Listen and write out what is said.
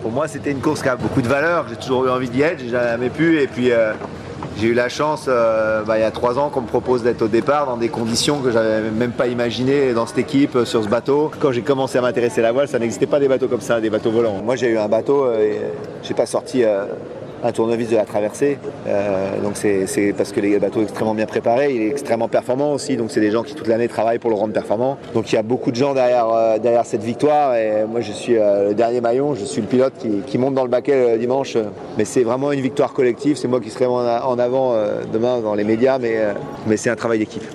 Pour moi, c'était une course qui a beaucoup de valeur. J'ai toujours eu envie d'y être, j'ai jamais pu. Et puis, j'ai eu la chance, il y a 3 ans, qu'on me propose d'être au départ dans des conditions que j'avais même pas imaginées dans cette équipe, sur ce bateau. Quand j'ai commencé à m'intéresser à la voile, ça n'existait pas des bateaux comme ça, des bateaux volants. Moi, j'ai eu un bateau et j'ai pas sorti un tournevis de la traversée. Donc c'est parce que les bateaux sont extrêmement bien préparés, il est extrêmement performant aussi. Donc c'est des gens qui toute l'année travaillent pour le rendre performant. Donc il y a beaucoup de gens derrière cette victoire. Et moi je suis le dernier maillon, je suis le pilote qui monte dans le baquet dimanche. Mais c'est vraiment une victoire collective. C'est moi qui serai en avant demain dans les médias, mais c'est un travail d'équipe.